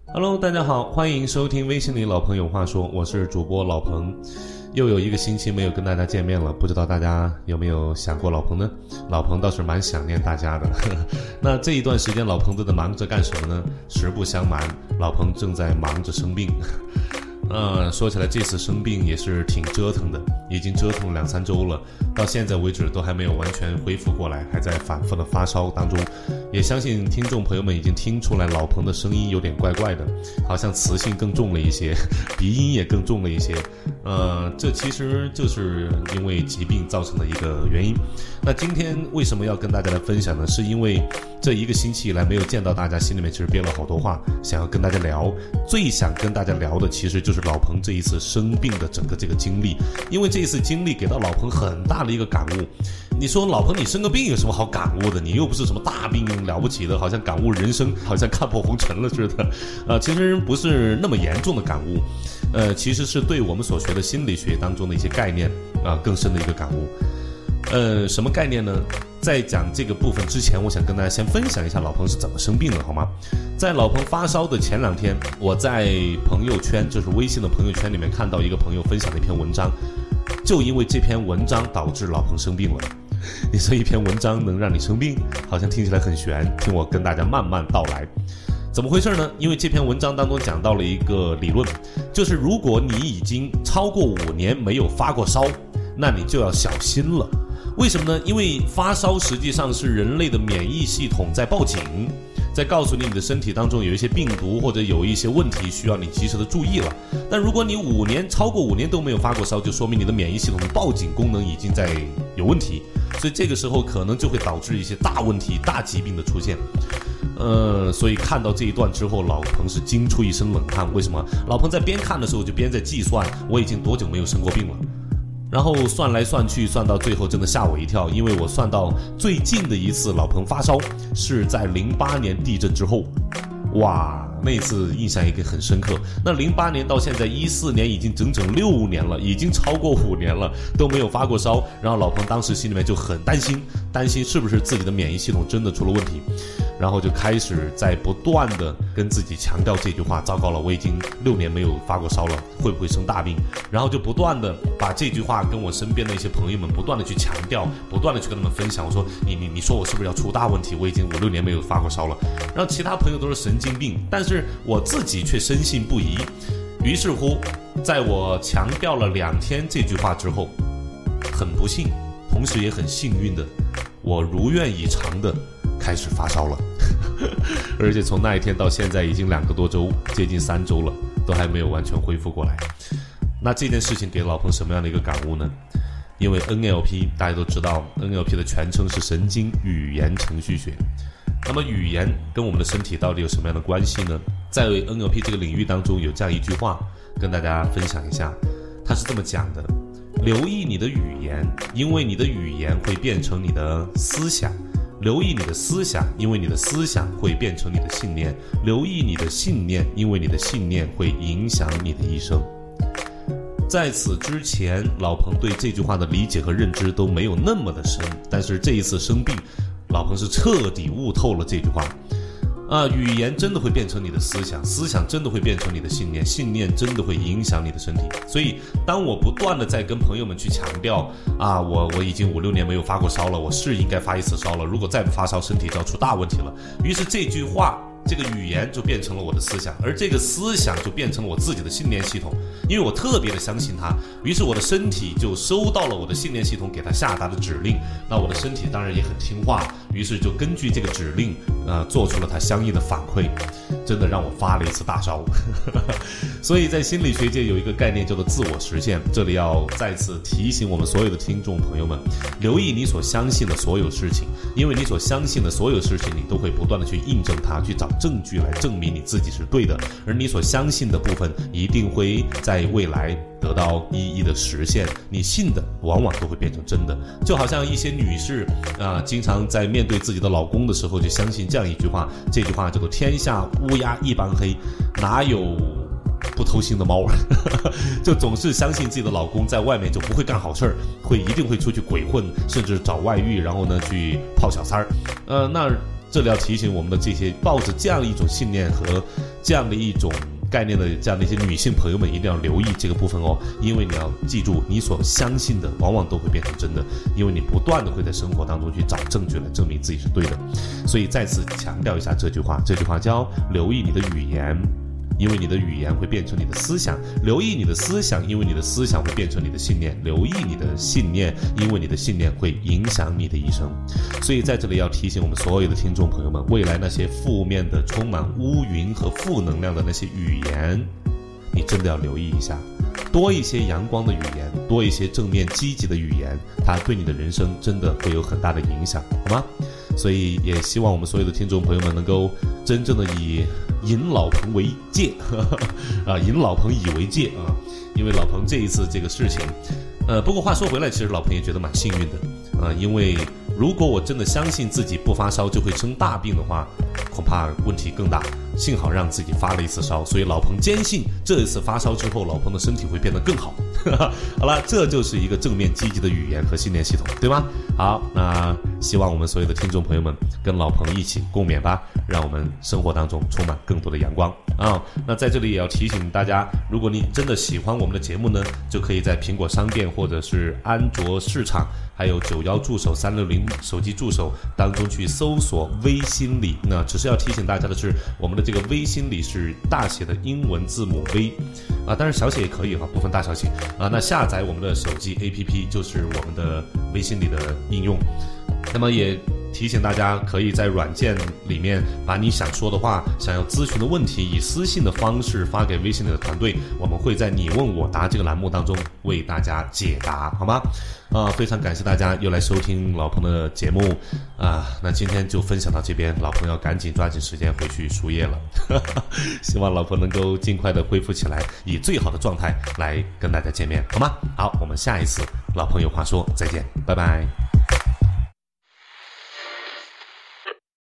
Hello， 大家好，欢迎收听微信里老朋友话说，我是主播老彭。又有一个星期没有跟大家见面了，不知道大家有没有想过老彭呢？老彭倒是蛮想念大家的。那这一段时间老彭都在忙着干什么呢？实不相瞒，老彭正在忙着生病。说起来这次生病也是挺折腾的，已经折腾了2-3周了，到现在为止都还没有完全恢复过来，还在反复的发烧当中。也相信听众朋友们已经听出来老彭的声音有点怪怪的，好像磁性更重了一些，鼻音也更重了一些。这其实就是因为疾病造成的一个原因。那今天为什么要跟大家来分享呢？是因为这一个星期以来没有见到大家，心里面其实憋了好多话想要跟大家聊。最想跟大家聊的其实就是老彭这一次生病的整个这个经历，因为这一次经历给到老彭很大的一个感悟。你说老彭你生个病有什么好感悟的？你又不是什么大病了不起的，好像感悟人生，好像看破红尘了似的。其实不是那么严重的感悟，其实是对我们所学的心理学当中的一些概念更深的一个感悟。什么概念呢？在讲这个部分之前，我想跟大家先分享一下老彭是怎么生病的，好吗？在老彭发烧的前2天，我在朋友圈，就是微信的朋友圈里面看到一个朋友分享的一篇文章，就因为这篇文章导致老彭生病了。你说一篇文章能让你生病，好像听起来很玄，听我跟大家慢慢道来。怎么回事呢？因为这篇文章当中讲到了一个理论，就是如果你已经超过5年没有发过烧，那你就要小心了。为什么呢？因为发烧实际上是人类的免疫系统在报警，在告诉你的身体当中有一些病毒或者有一些问题需要你及时的注意了。但如果你超过5年都没有发过烧，就说明你的免疫系统的报警功能已经在有问题，所以这个时候可能就会导致一些大问题、大疾病的出现。所以看到这一段之后，老彭是惊出一身冷汗。为什么？老彭在边看的时候就边在计算我已经多久没有生过病了，然后算来算去，算到最后真的吓我一跳，因为我算到最近的一次老彭发烧是在08年地震之后。哇，那次印象也很深刻。那08年到现在14年，已经整整6年了，已经超过5年了，都没有发过烧。然后老彭当时心里面就很担心是不是自己的免疫系统真的出了问题，然后就开始在不断的跟自己强调这句话：糟糕了，我已经6年没有发过烧了，会不会生大病？然后就不断的把这句话跟我身边的一些朋友们不断的去强调，不断的去跟他们分享。我说你说我是不是要出大问题？我已经5-6年没有发过烧了。然后其他朋友都是神经病，但是我自己却深信不疑。于是乎，在我强调了2天这句话之后，很不幸，同时也很幸运的，我如愿以偿的开始发烧了。而且从那一天到现在已经2个多周，接近3周了，都还没有完全恢复过来。那这件事情给老彭什么样的一个感悟呢？因为 NLP 大家都知道， NLP 的全称是神经语言程序学。那么语言跟我们的身体到底有什么样的关系呢？在 NLP 这个领域当中有这样一句话跟大家分享一下，它是这么讲的：留意你的语言，因为你的语言会变成你的思想；留意你的思想，因为你的思想会变成你的信念；留意你的信念，因为你的信念会影响你的一生。在此之前，老彭对这句话的理解和认知都没有那么的深，但是这一次生病，老彭是彻底悟透了这句话。语言真的会变成你的思想，思想真的会变成你的信念，信念真的会影响你的身体。所以当我不断的在跟朋友们去强调我已经5-6年没有发过烧了，我是应该发一次烧了，如果再不发烧身体就要出大问题了。于是这句话，这个语言就变成了我的思想，而这个思想就变成了我自己的信念系统。因为我特别的相信它，于是我的身体就收到了我的信念系统给它下达的指令。那我的身体当然也很听话，于是就根据这个指令做出了它相应的反馈，真的让我发了一次大烧。所以在心理学界有一个概念叫做自我实现，这里要再次提醒我们所有的听众朋友们，留意你所相信的所有事情，因为你所相信的所有事情，你都会不断的去印证它，去找证据来证明你自己是对的，而你所相信的部分一定会在未来得到一一的实现，你信的往往都会变成真的。就好像一些女士经常在面对自己的老公的时候就相信这样一句话，这句话叫做天下乌鸦一般黑，哪有不偷腥的猫。就总是相信自己的老公在外面就不会干好事儿，一定会出去鬼混，甚至找外遇，然后呢去泡小三儿。那这里要提醒我们的这些抱着这样一种信念和这样的一种概念的这样的一些女性朋友们一定要留意这个部分哦，因为你要记住，你所相信的往往都会变成真的，因为你不断的会在生活当中去找证据来证明自己是对的。所以再次强调一下这句话叫留意你的语言，因为你的语言会变成你的思想；留意你的思想，因为你的思想会变成你的信念；留意你的信念，因为你的信念会影响你的一生。所以在这里要提醒我们所有的听众朋友们，未来那些负面的、充满乌云和负能量的那些语言，你真的要留意一下，多一些阳光的语言，多一些正面积极的语言，它对你的人生真的会有很大的影响，好吗？所以也希望我们所有的听众朋友们能够真正的以引老彭为戒引老彭以为戒啊，因为老彭这一次这个事情，不过话说回来，其实老彭也觉得蛮幸运的因为如果我真的相信自己不发烧就会生大病的话，恐怕问题更大。幸好让自己发了一次烧，所以老彭坚信这一次发烧之后，老彭的身体会变得更好。好了，这就是一个正面积极的语言和信念系统，对吗？好，那希望我们所有的听众朋友们跟老彭一起共勉吧，让我们生活当中充满更多的阳光那在这里也要提醒大家，如果你真的喜欢我们的节目呢，就可以在苹果商店或者是安卓市场还有91助手360手机助手当中去搜索微心理。那只是要提醒大家的是，我们的这个微心理是大写的英文字母 V 当然小写也可以部分大小写那下载我们的手机 APP 就是我们的微心理的应用。那么也提醒大家，可以在软件里面把你想说的话、想要咨询的问题以私信的方式发给微信里的团队，我们会在你问我答这个栏目当中为大家解答，好吗？非常感谢大家又来收听老彭的节目那今天就分享到这边，老彭要赶紧抓紧时间回去输液了希望老彭能够尽快的恢复起来，以最好的状态来跟大家见面，好吗？好，我们下一次老彭有话说再见，拜拜。